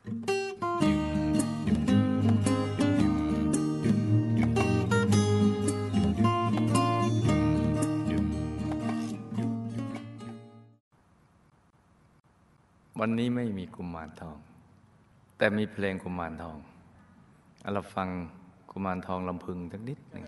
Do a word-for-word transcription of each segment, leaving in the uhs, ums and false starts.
วันนี้ไม่มีกุมารทองแต่มีเพลงกุมารทองเราฟังกุมารทองลำพึงสักนิดหนึ่ง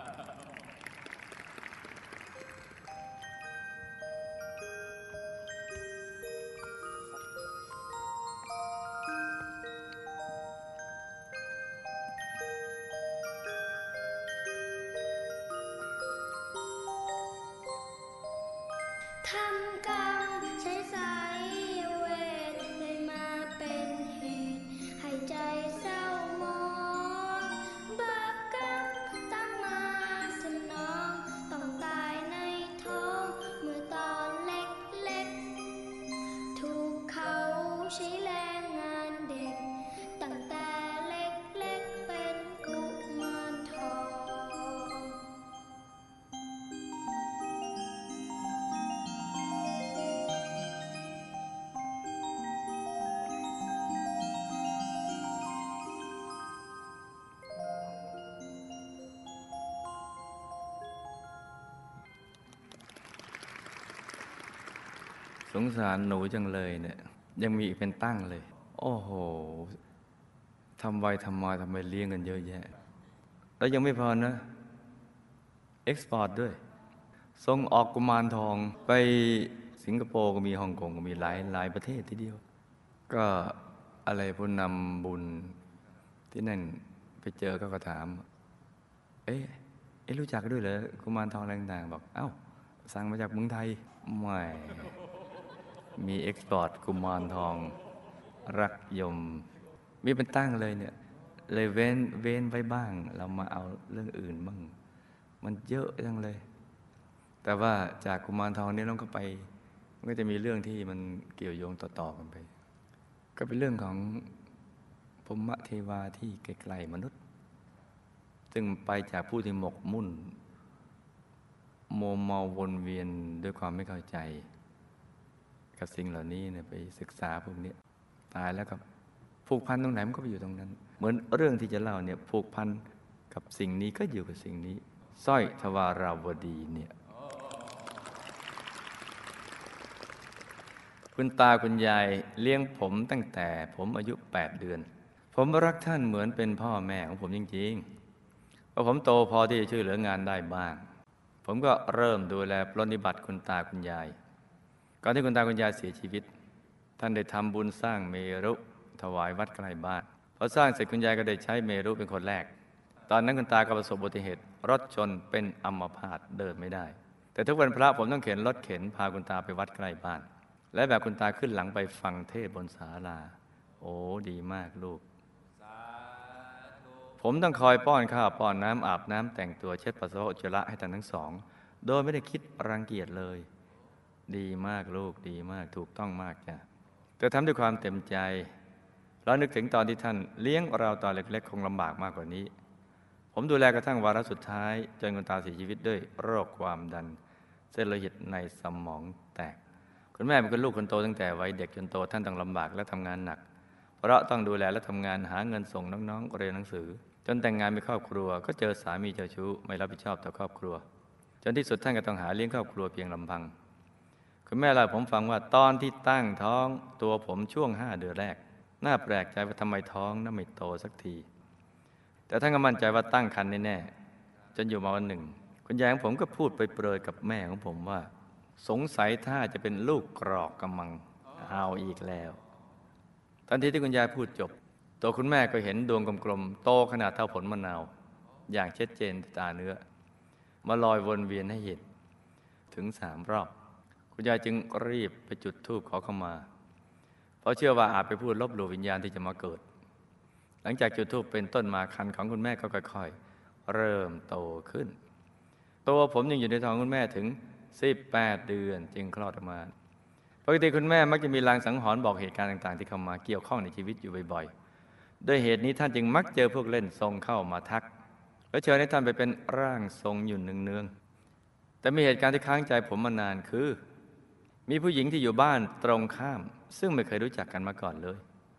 ทำกรรมใช้สายเวทเลยมาเป็นเหตุให้ใจเศร้าหมองบาปกรรมตั้งมาสนองต้องตายในท้องเมื่อตอนเล็กๆถูกเขาใช้แรงงานเด็กตั้งแต่เล็กๆเป็นกุมารทองสงสารหนูจังเลยเนี่ยยังมีอีกเป็นตั้งเลยโอ้โหทำไวทำมาทำไมเลี้ยงกันเยอะแยะแล้วยังไม่พอนะเอ็กซ์พอร์ตด้วยส่งออกกุมารทองไปสิงคโปร์ก็มีฮ่องกงก็มีหลายหลายประเทศทีเดียวก็อะไรผู้นำบุญที่นั่นไปเจอก็ก็ถามเอ๊ะเอ๊ะรู้จักด้วยเหรอกุมารทองอะไรต่างๆบอกเอ้าสั่งมาจากเมืองไทยไม่มีเอ็กซ์พอร์ตกุมารทองรักยมมีเป็นตั้งเลยเนี่ยเลยเว้นเว้นไว้บ้างเรามาเอาเรื่องอื่นบ้างมันเยอะจังเลยแต่ว่าจากกุมารทองนี้เราก็ไปมันก็จะมีเรื่องที่มันเกี่ยวโยงต่อๆกันไปก็เป็นเรื่องของพรหมเทวาที่ไกลๆมนุษย์ซึ่งไปจากผู้ที่หมกมุ่นโมเมาวนเวียนด้วยความไม่เข้าใจกับสิ่งเหล่านี้เนี่ยไปศึกษาพวกนี้ตายแล้วกับผูกพันตรงไหนมันก็ไปอยู่ตรงนั้นเหมือนเรื่องที่จะเล่าเนี่ยผูกพันกับสิ่งนี้ก็อยู่กับสิ่งนี้สร้อยทวาราวดีเนี่ยคุณตาคุณยายเลี้ยงผมตั้งแต่ผมอายุแปดเดือนผมรักท่านเหมือนเป็นพ่อแม่ของผมจริงๆพอผมโตพอที่จะช่วยเหลืองานได้บ้างผมก็เริ่มดูแลปรนนิบัติคุณตาคุณยายก่อนที่คุณตาคุณยายเสียชีวิตท่านได้ทำบุญสร้างเมรุถวายวัดใกล้บ้านพอสร้างเสร็จคุณยายก็ได้ใช้เมรุเป็นคนแรกตอนนั้นคุณตาก็ประสบอุบัติเหตุรถชนเป็นอัมพาตเดินไม่ได้แต่ทุกวันพระผมต้องเข็นรถเข็นพาคุณตาไปวัดใกล้บ้านและแบบคุณตาขึ้นหลังไปฟังเทศน์บนศาลาโอ้ดีมากลูกผมต้องคอยป้อนข้าวป้อนน้ำอาบน้ำแต่งตัวเช็ดปัสสาวะอุจจาระให้ท่านทั้งสองโดยไม่ได้คิดรังเกียจเลยดีมากลูกดีมากถูกต้องมากจ้ะแต่ทำด้วยความเต็มใจเรานึกถึงตอนที่ท่านเลี้ยงเราตอนเล็กๆคงลำบากมากกว่านี้ผมดูแลกระทั่งวาระสุดท้ายจนคุณตาเสียชีวิตด้วยโรคความดันเส้นโลหิตในสมองแตกคุณแม่เป็นลูกคนโตตั้งแต่วัยเด็กจนโตท่านต้องลำบากและทำงานหนักเพราะต้องดูแลและทำงานหาเงินส่งน้องๆเรียนหนังสือจนแต่งงานมีครอบครัวก็เจอสามีเจ้าชู้ไม่รับผิดชอบต่อครอบครัวจนที่สุดท่านก็ต้องหาเลี้ยงครอบครัวเพียงลำพังคุณแม่เล่าให้ผมฟังว่าตอนที่ตั้งท้องตัวผมช่วงห้าเดือนแรกน่าแปลกใจว่าทำไมท้องน่าไม่โตสักทีแต่ท่านก็มั่นใจว่าตั้งครรภ์แน่ๆจนอยู่มาวันหนึ่งคุณยายของผมก็พูดไปเปรยกับแม่ของผมว่าสงสัยถ้าจะเป็นลูกกรอกกำมังเอาอีกแล้วทันทีที่คุณยายพูดจบตัวคุณแม่ก็เห็นดวงกลมๆโตขนาดเท่าผลมะนาวอย่างชัดเจนตาเนื้อมาลอยวนเวียนให้เห็นถึงสามรอบคุณยายจึงรีบไปจุดธูปขอเข้ามาเพราะเชื่อว่าอาจไปพูดลบหลู่วิญญาณที่จะมาเกิดหลังจากจุดธูปเป็นต้นมาครรภ์ของคุณแม่ก็ค่อยๆเริ่มโตขึ้นตัวผมยังอยู่ในท้องคุณแม่ถึงสิบแปดเดือนจึงคลอดออกมาปกติคุณแม่มักจะมีลางสังหรณ์บอกเหตุการณ์ต่างๆที่เข้ามาเกี่ยวข้องในชีวิตอยู่บ่อยๆด้วยเหตุนี้ท่านจึงมักเจอพวกเล่นทรงเข้ามาทักและเชิญให้ท่านไปเป็นร่างทรงอยู่เนืองๆแต่มีเหตุการณ์ที่ค้างใจผมมานานคือมีผู้หญิงที่อยู่บ้านตรงข้ามซึ่งไม่เคยรู้จักกันมาก่อนเลย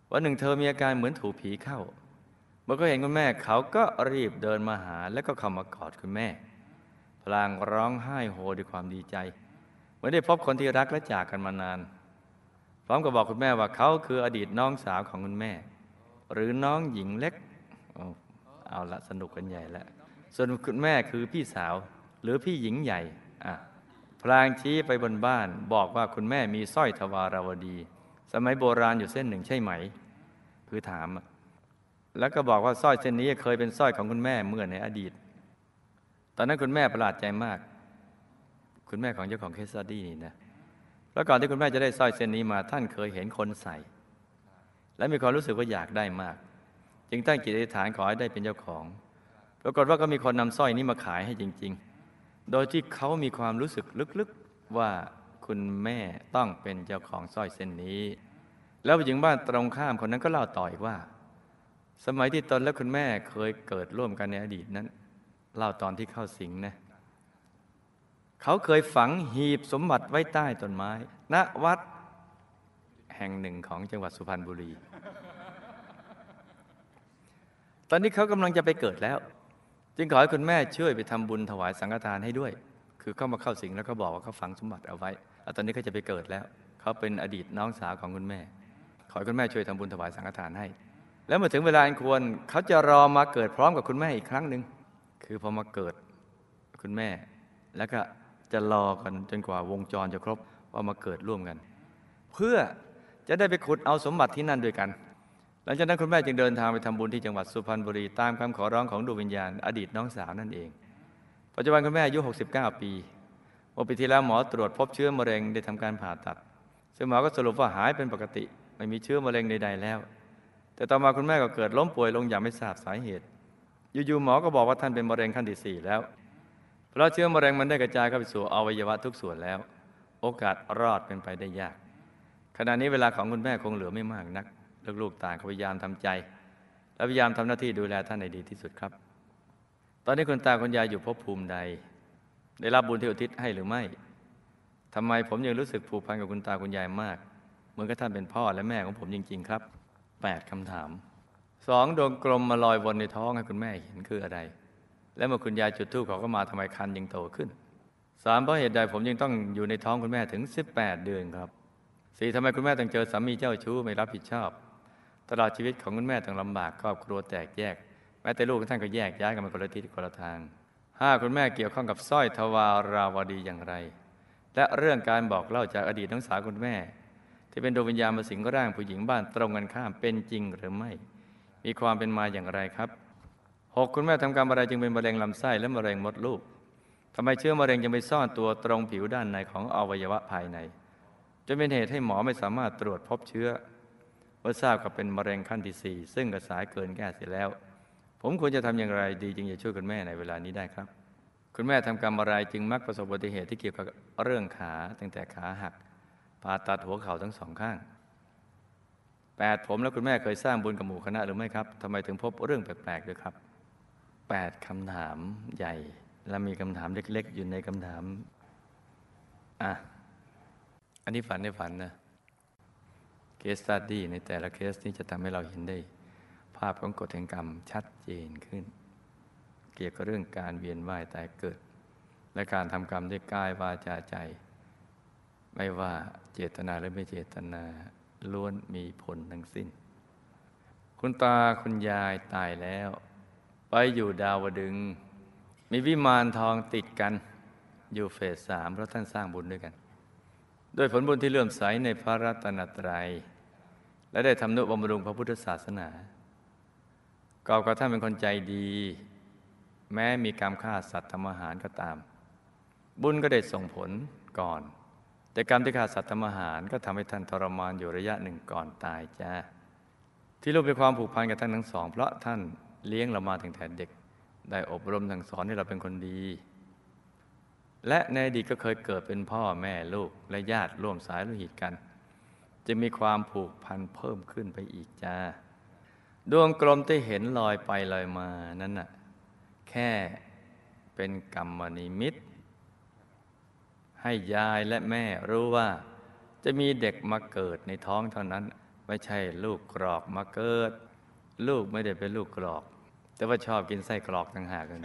วันหนึ่งเธอมีอาการเหมือนถูกผีเข้าเมื่อเขาเห็นคุณแม่เขาก็รีบเดินมาหาแล้วก็เข้ามากอดคุณแม่พลางร้องไห้โฮด้วยความดีใจเมื่อได้พบคนที่รักและจากกันมานานพร้อมกับบอกคุณแม่ว่าเขาคืออดีตน้องสาวของคุณแม่หรือน้องหญิงเล็กเอาเอาละสนุกกันใหญ่แล้วส่วนคุณแม่คือพี่สาวหรือพี่หญิงใหญ่อ่ะพลางชี้ไปบนบ้านบอกว่าคุณแม่มีสร้อยทวาราวดีสมัยโบราณอยู่เส้นหนึ่งใช่ไหมคือถามแล้วก็บอกว่าสร้อยเส้นนี้เคยเป็นสร้อยของคุณแม่เมื่อในอดีตตอนนั้นคุณแม่ประหลาดใจมากคุณแม่ของเจ้าของเคสสตัดดี้นี่นะแล้วก่อนที่คุณแม่จะได้สร้อยเส้นนี้มาท่านเคยเห็นคนใส่และมีความรู้สึกว่าอยากได้มากจึงตั้งจิตอธิษฐานขอให้ได้เป็นเจ้าของปรากฏว่าก็มีคนนำสร้อยนี้มาขายให้จริงๆโดยที่เขามีความรู้สึกลึกๆว่าคุณแม่ต้องเป็นเจ้าของสร้อยเส้นนี้แล้วผู้หญิงบ้านตรงข้ามคนนั้นก็เล่าต่ออีกว่าสมัยที่ตนและคุณแม่เคยเกิดร่วมกันในอดีตนั้นเล่าตอนที่เข้าสิงนะเขาเคยฝังหีบสมบัติไว้ใต้ต้นไม้ณวัดแห่งหนึ่งของจังหวัดสุพรรณบุรีตอนนี้เขากำลังจะไปเกิดแล้วจึงขอให้คุณแม่ช่วยไปทำบุญถวายสังฆทานให้ด้วยคือเข้ามาเข้าสิงแล้วก็บอกว่าเขาฝังสมบัติเอาไว้ตอนนี้เขาจะไปเกิดแล้วเขาเป็นอดีตน้องสาวของคุณแม่ขอให้คุณแม่ช่วยทำบุญถวายสังฆทานให้แล้วเมื่อถึงเวลาอันควรเขาจะรอมาเกิดพร้อมกับคุณแม่อีกครั้งหนึ่งคือพอมาเกิดคุณแม่แล้วก็จะรอกันจนกว่าวงจรจะครบว่ามาเกิดร่วมกันเพื่อจะได้ไปขุดเอาสมบัติที่นั่นด้วยกันหลังจากนั้นคุณแม่จึงเดินทางไปทำบุญที่จังหวัดสุพรรณบุรีตามคำขอร้องของดวงวิญญาณอดีตน้องสาวนั่นเองปัจจุบันคุณแม่อายุหกสิบเก้าปีเมื่อปีที่แล้วหมอตรวจพบเชื้อมะเร็งได้ทำการผ่าตัดซึ่งหมอก็สรุปว่าหายเป็นปกติไม่มีเชื้อมะเร็งใดๆแล้วแต่ต่อมาคุณแม่ก็เกิดล้มป่วยลงอย่างไม่ทราบสาเหตุอยู่ๆหมอก็บอกว่าท่านเป็นมะเร็งขั้นที่สี่แล้วเพราะเชื้อมะเร็งมันได้กระจายเข้าไปสู่อวัยวะทุกส่วนแล้วโอกาสรอดเป็นไปได้ยากขณะนี้เวลาของคุณแม่คงเหลือไม่มากนักลูกๆต่างพยายามทำใจและพยายามทำหน้าที่ดูแลท่านให้ดีที่สุดครับตอนนี้คุณตาคุณยายอยู่ภพภูมิใดได้รับบุญที่อุทิศให้หรือไม่ทำไมผมยังรู้สึกผูกพันกับคุณตาคุณยายมากเหมือนกับท่านเป็นพ่อและแม่ของผมจริงๆครับแปดคำถามสองดวงกลมมาลอยวนในท้องให้คุณแม่เห็นคืออะไรและเมื่อคุณยายจุดธูปเขาก็มาทำไมคันยังโตขึ้นสามเพราะเหตุใดผมยังต้องอยู่ในท้องคุณแม่ถึงสิบแปดเดือนครับสี่ทำไมคุณแม่ต้องเจอสามีเจ้าชู้ไม่รับผิดชอบตลอดชีวิตของคุณแม่ต้องลำบากครอบครัวแตกแยกแม้แต่ลูกท่านก็แยกย้ายกันไปคนละทิศคนละทางห้าคุณแม่เกี่ยวข้องกับสร้อยทวาราวดีอย่างไรและเรื่องการบอกเล่าจากอดีตน้องสาวคุณแม่ที่เป็นดวงวิญญาณมาสิงร่างผู้หญิงบ้านตรงกันข้ามเป็นจริงหรือไม่มีความเป็นมาอย่างไรครับหกคุณแม่ทำกรรมอะไรจึงเป็นมะเร็งลำไส้และมะเร็งมดลูกทำไมเชื้อมะเร็งยังไปซ่อนตัวตรงผิวด้านในของอวัยวะภายในจนเป็นเหตุให้หมอไม่สามารถตรวจพบเชื้อเมื่อทราบว่าเป็นมะเร็งขั้นที่สี่ซึ่งกระสายเกินแก้เสียแล้วผมควรจะทำอย่างไรดีจึงจะช่วยคุณแม่ในเวลานี้ได้ครับคุณแม่ทำกรรมอะไรจึงมักประสบอุบัติเหตุที่เกี่ยวกับเรื่องขาตั้งแต่ขาหักผ่าตัดหัวเข่าทั้งสองข้างแปดผมและคุณแม่เคยสร้างบุญกับหมู่คณะหรือไม่ครับทำไมถึงพบเรื่องแปลกๆด้วยครับแปดคำถามใหญ่และมีคำถามเล็กๆอยู่ในคำถามอ่ะอันนี้ฝันในฝันนะเคสสตัดดี้ในแต่ละเคสนี้จะทำให้เราเห็นได้ภาพของกฎแห่งกรรมชัดเจนขึ้นเกี่ยวกับเรื่องการเวียนว่ายตายเกิดและการทำกรรมด้วยกายวาจาใจไม่ว่าเจตนาหรือไม่เจตนาล้วนมีผลทั้งสิ้นคุณตาคุณยายตายแล้วไปอยู่ดาวดึงส์มีวิมานทองติดกันอยู่เฟสสามเพราะท่านสร้างบุญด้วยกันโดยผลบุญที่เลื่อมใสในพระรัตนตรัยและได้ทำนุบำรุงพระพุทธศาสนากอบกับท่านเป็นคนใจดีแม้มีกรรมฆ่าสัตว์ทำอาหารก็ตามบุญก็ได้ส่งผลก่อนแต่กรรมที่ฆ่าสัตว์ทำอาหารก็ทำให้ท่านทรมานอยู่ระยะหนึ่งก่อนตายจ้าที่ลูกมีความผูกพันกับท่านทั้งสองเพราะท่านเลี้ยงเรามาตั้งแต่เด็กได้อบรมสั่งสอนให้เราเป็นคนดีและในอดีตก็เคยเกิดเป็นพ่อแม่ลูกและญาติร่วมสายโลหิตกันจะมีความผูกพันเพิ่มขึ้นไปอีกจ้าดวงกลมที่เห็นลอยไปลอยมานั้นน่ะแค่เป็นกรรมนิมิตให้ยายและแม่รู้ว่าจะมีเด็กมาเกิดในท้องเท่านั้นไม่ใช่ลูกกรอกมาเกิด ลูกไม่ได้เป็นลูกกรอก แต่ว่าชอบกินไส้กรอกต่างหากกัน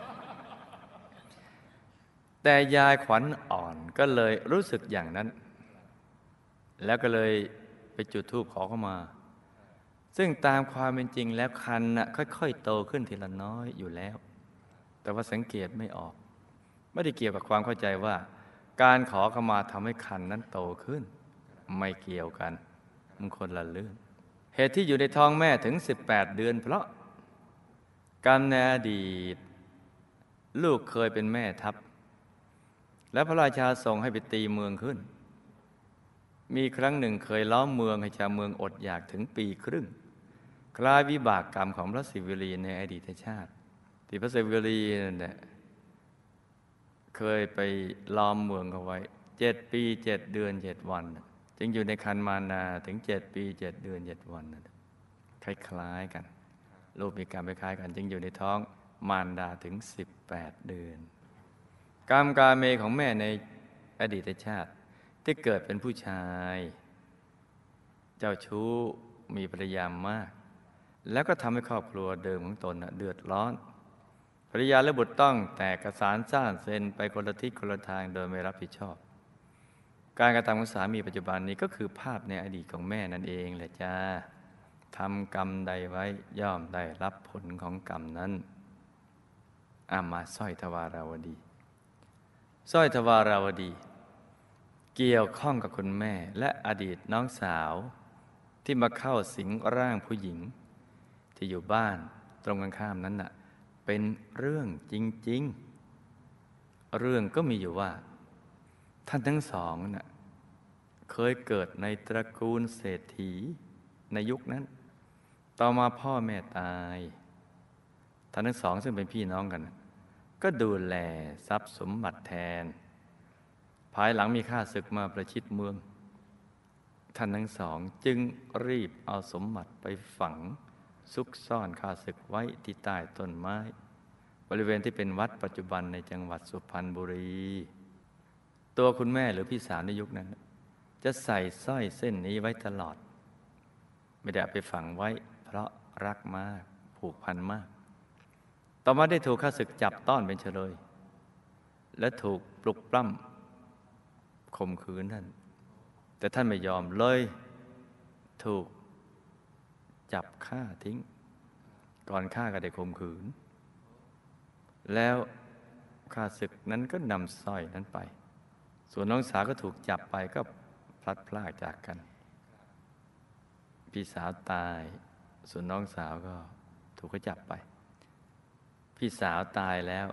แต่ยายขวัญอ่อนก็เลยรู้สึกอย่างนั้น แล้วก็เลยไปจุดธูปขอเข้ามา ซึ่งตามความเป็นจริงแล้วคันน่ะค่อยๆโตขึ้นทีละน้อยอยู่แล้ว แต่ว่าสังเกตไม่ออก ไม่ได้เกี่ยวกับความเข้าใจว่า การขอเข้ามาทำให้คันนั้นโตขึ้น ไม่เกี่ยวกันมันคนละเรื่อง เหตุที่อยู่ในท้องแม่ถึงสิบแปดเดือนเพราะกรรมในอดีตลูกเคยเป็นแม่ทัพและพระราชาส่งให้ไปตีเมืองขึ้น มีครั้งหนึ่งเคยล้อมเมืองให้ชาวเมืองอดอยากถึงปีครึ่งคล้ายวิบากกรรมของพระศิวลีในอดีตชาติที่พระศิวลีนั่นแหละเคยไปล้อมเมืองเอาไว้เจ็ดปีเจ็ดเดือนเจ็ดวันจึงอยู่ในคันมารดาถึงเจ็ดปีเจ็ดเดือนเจ็ดวันคล้ายๆกันรูปมีการคล้ายกันจึงอยู่ในท้องมารดาถึงสิบแปดเดือนกรรมกาเมของแม่ในอดีตชาติที่เกิดเป็นผู้ชายเจ้าชู้มีภรรยามากแล้วก็ทำให้ครอบครัวเดิมของตนเดือดร้อนภรรยาและบุตรต้องแตกกระสานซ่านเซนไปคนละทิศคนละทางโดยไม่รับผิดชอบการกระทำของสามีปัจจุบันนี้ก็คือภาพในอดีตของแม่นั่นเองแหละจ้าทำกรรมใดไว้ย่อมได้รับผลของกรรมนั้นอามาสร้อยทวาราวดีสร้อยทวาราวดีเกี่ยวข้องกับคุณแม่และอดีตน้องสาวที่มาเข้าสิงร่างผู้หญิงที่อยู่บ้านตรงกันข้ามนั้นน่ะเป็นเรื่องจริงๆเรื่องก็มีอยู่ว่าท่านทั้งสองน่ะเคยเกิดในตระกูลเศรษฐีในยุคนั้นต่อมาพ่อแม่ตายท่านทั้งสองซึ่งเป็นพี่น้องกันก็ดูแลทรัพย์สมบัติแทนภายหลังมีข้าศึกมาประชิดเมืองท่านทั้งสองจึงรีบเอาสมบัติไปฝังซุกซ่อนข้าศึกไว้ที่ใต้ต้นไม้บริเวณที่เป็นวัดปัจจุบันในจังหวัดสุพรรณบุรีตัวคุณแม่หรือพี่สาวในยุคนั้นจะใส่สร้อยเส้นนี้ไว้ตลอดไม่ได้เอาไปฝังไว้เพราะรักมากผูกพันมากต่อมาได้ถูกข้าศึกจับต้อนเป็นเฉลยและถูกปลุกปล้ำข่มขืนท่านแต่ท่านไม่ยอมเลยถูกจับฆ่าทิ้งก่อนฆ่าก็ได้ข่มขืนแล้วข้าศึกนั้นก็นำสร้อยนั้นไปส่วนน้องสาวก็ถูกจับไปก็พลัดพรากจากกันพี่สาวตายส่วนน้องสาวก็ถูกเขาจับไปพี่สาวตายแล้ว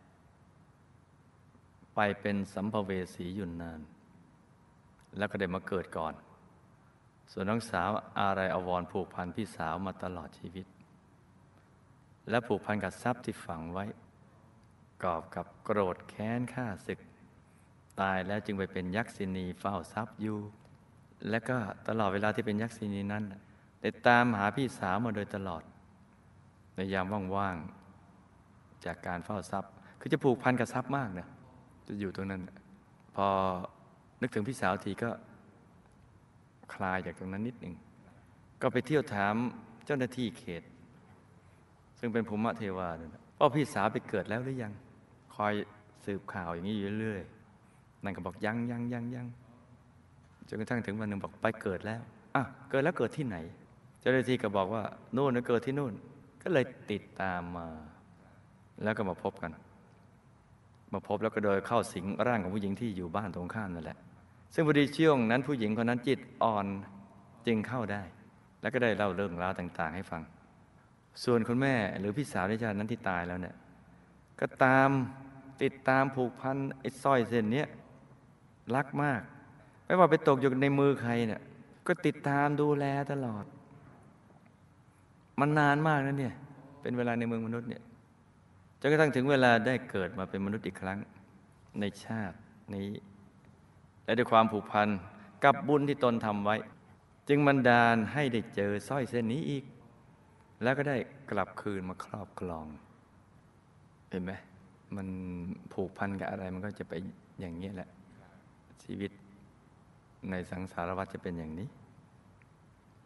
ไปเป็นสัมภเวสีอยู่นานแล้วก็ได้มาเกิดก่อนส่วนน้องสาวอาลัยอาวรณ์ผูกพันพี่สาวมาตลอดชีวิตและผูกพันกับทรัพย์ที่ฝังไว้กอบกับโกรธแค้นข้าศึกตายแล้วจึงไปเป็นยักษินีเฝ้าทรัพย์อยู่และก็ตลอดเวลาที่เป็นยักษินีนั้นได้ตามหาพี่สาวมาโดยตลอดในยามว่างๆจากการเฝ้าทรัพย์คือจะผูกพันกับทรัพย์มากนะจะอยู่ตรงนั้นพอนึกถึงพี่สาวทีก็คลายจากตรงนั้นนิดหนึ่งก็ไปเที่ยวถามเจ้าหน้าที่เขตซึ่งเป็นภูมิเทวาเนี่ยว่าพี่สาวไปเกิดแล้วหรือยังคอยสืบข่าวอย่างนี้อยู่เรื่อยๆนั่นก็บอกยังยังยังยังจนกระทั่งถึงวันหนึ่งบอกไปเกิดแล้วอ่ะเกิดแล้วเกิดที่ไหนเจ้าหน้าที่ก็บอกว่าโน่นนะเกิดที่โน่นก็เลยติดตามมาแล้วก็มาพบกันมาพบแล้วก็โดยเข้าสิงร่างของผู้หญิงที่อยู่บ้านตรงข้ามนั่นแหละซึ่งพอดีช่วงนั้นผู้หญิงคนนั้นจิตอ่อนจึงเข้าได้แล้วก็ได้เล่าเรื่องราวต่างๆให้ฟังส่วนคุณแม่หรือพี่สาวในชาตินั้นที่ตายแล้วเนี่ยก็ตามติดตามผูกพันไอ้สร้อยเส้นนี้รักมากไม่ว่าไปตกอยู่ในมือใครเนี่ยก็ติดตามดูแลตลอดมันนานมากนะเนี่ยเป็นเวลาในเมืองมนุษย์เนี่ยจนกระทั่งถึงเวลาได้เกิดมาเป็นมนุษย์อีกครั้งในชาตินี้และด้วยความผูกพันกับบุญที่ตนทำไว้จึงบันดาลให้ได้เจอสร้อยเส้นนี้อีกแล้วก็ได้กลับคืนมาครอบครองเห็นไหมมันผูกพันกับอะไรมันก็จะไปอย่างนี้แหละชีวิตในสังสารวัฏจะเป็นอย่างนี้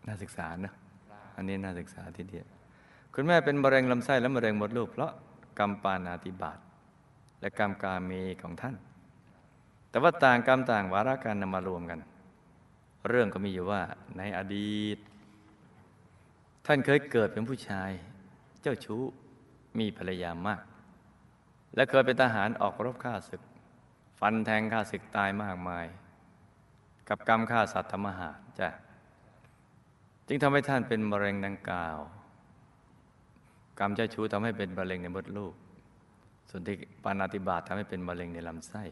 น่าศึกษานะอันนี้น่าศึกษาทีเดียวคุณแม่เป็นมะเร็งลำไส้และมะเร็งมดลูกเพราะกรรมปาณาติบาตและกรรมกาเมของท่านแต่ว่าต่างกรรมต่างวาระการนำมารวมกันเรื่องก็มีอยู่ว่าในอดีตท่านเคยเกิดเป็นผู้ชายเจ้าชู้มีภรรยามากและเคยเป็นทหารออกรบฆ่าศึกฟันแทงฆ่าศึกตายมากมายกับกรรมฆ่าสัตว์ทำอาหารจ้ะจึงทำให้ท่านเป็นมะเร็งดังกล่าวกรรมเจ้าชู้ทำให้เป็นมะเร็งในมดลูกส่วนที่ปาณาติบาตทำให้เป็นมะเร็งในลำไส้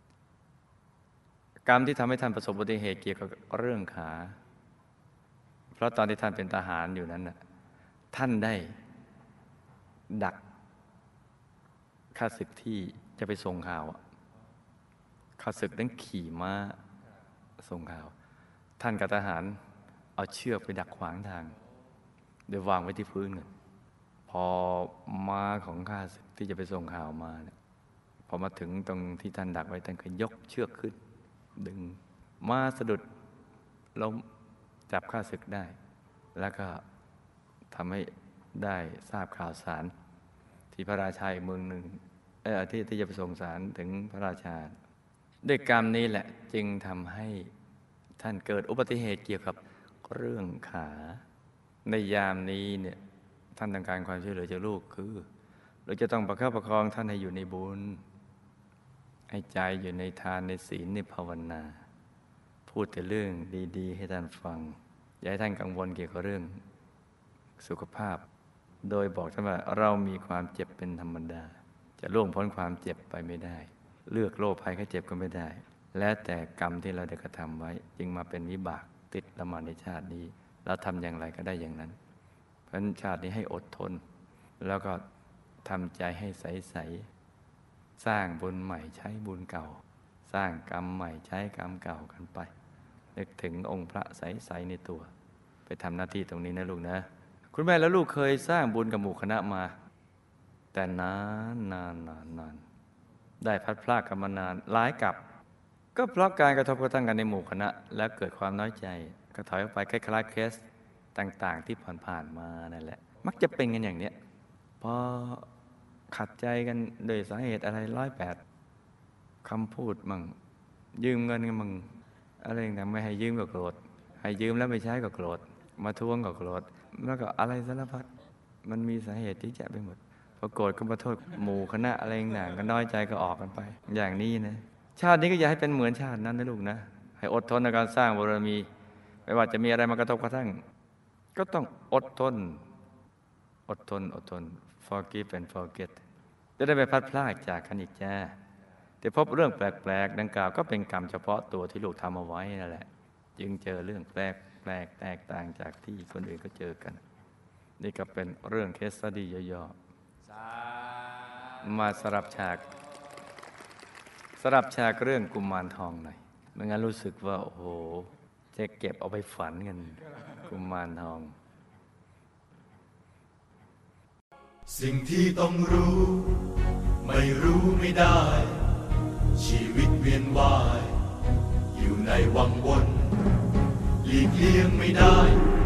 กรรมที่ทำให้ท่านประสบอุบัติเหตุเกี่ยวกับเรื่องขาเพราะตอนที่ท่านเป็นทหารอยู่นั้นน่ะท่านได้ดักข้าศึกที่จะไปส่งข่าวข้าศึกนั้นขี่ม้าส่งข่าวท่านกับทหารเอาเชือกไปดักขวางทางโดยวางไว้ที่พื้นกันพอม้าของข้าศึกที่จะไปส่งข่าวมาเนี่ยพอมาถึงตรงที่ท่านดักไว้ท่านก็ยกเชือกขึ้นดึงม้าสะดุดล้มจับข้าศึกได้แล้วก็ทำให้ได้ทราบข่าวสารที่พระราชาอีกเมืองหนึ่งเออที่ที่จะไปส่งสารถึงพระราชาด้วยกรรมนี้แหละจึงทำให้ท่านเกิดอุบัติเหตุเกี่ยวกับเรื่องขาในยามนี้เนี่ยท่านต้องการความช่วยเหลือจากลูกคือเราจะต้องประคับประคองท่านให้อยู่ในบุญให้ใจอยู่ในทานในศีลในภาวนาพูดแต่เรื่องดีๆให้ท่านฟังอย่าให้ท่านกังวลเกี่ยวกับเรื่องสุขภาพโดยบอกท่านว่าเรามีความเจ็บเป็นธรรมดาจะล่วงพ้นความเจ็บไปไม่ได้เลือกโรคภัยแค่เจ็บก็ไม่ได้และแต่กรรมที่เราได้กระทำไว้จึงมาเป็นวิบากติดเรามาในชาตินี้เราทำอย่างไรก็ได้อย่างนั้นเพราะฉะนั้นชาตินี้ให้อดทนแล้วก็ทำใจให้ใสๆสร้างบุญใหม่ใช้บุญเก่าสร้างกรรมใหม่ใช้กรรมเก่ากันไปนึกถึงองค์พระใสๆในตัวไปทำหน้าที่ตรงนี้นะลูกนะคุณแม่และลูกเคยสร้างบุญกับหมู่คณะมาแต่นานนานนานนานได้พัดพลากกันมานานหลายกับก็เพราะการกระทบกระทั่งกันในหมู่คณะแล้วเกิดความน้อยใจก็ถอยออกไปคล้ายๆเคสต่างๆที่ผ่านๆมานั่นแหละมักจะเป็นกันอย่างเนี้ยพอขัดใจกันโดยสาเหตุอะไรร้อยแปดคำพูดมั่งยืมเงินกันมั่งอะไรต่างๆไม่ให้ยืมก็โกรธให้ยืมแล้วไม่ใช้ก็โกรธมาทวงก็โกรธแล้วก็อะไรสารพัดมันมีสาเหตุที่จะไปหมดพอโกรธก็มาโทษหมู่คณะอะไรต่างๆก็น้อยใจก็ออกกันไปอย่างนี้นะชาตินี้ก็อย่าให้เป็นเหมือนชาตินั้นนะลูกนะให้อดทนในการสร้างบารมีไม่ว่าจะมีอะไรมากระทบกระทั่งก็ต้องอดทนอดทนอดทน forgive and forget จะได้ไปพัดพลาดจากกันอีกจ้าแต่พบเรื่องแปลกๆดังกล่าวก็เป็นกรรมเฉพาะตัวที่ลูกทำเอาไว้นั่นแหละจึงเจอเรื่องแปลกแปลกแตกต่างจากที่คนอื่นก็เจอกันนี่ก็เป็นเรื่องเคสสตี้ย่อๆมาสลับฉากสลับฉากเรื่องกุมารทองหน่อยไม่งั้นรู้สึกว่าโอ้โหจะเก็บเอาไปฝันกันกุมารทองสิ่งที่ต้องรู้ไม่รู้ไม่ได้ชีวิตเวียนว่ายอยู่ในวังวนหลีกเลี่ยงไม่ได้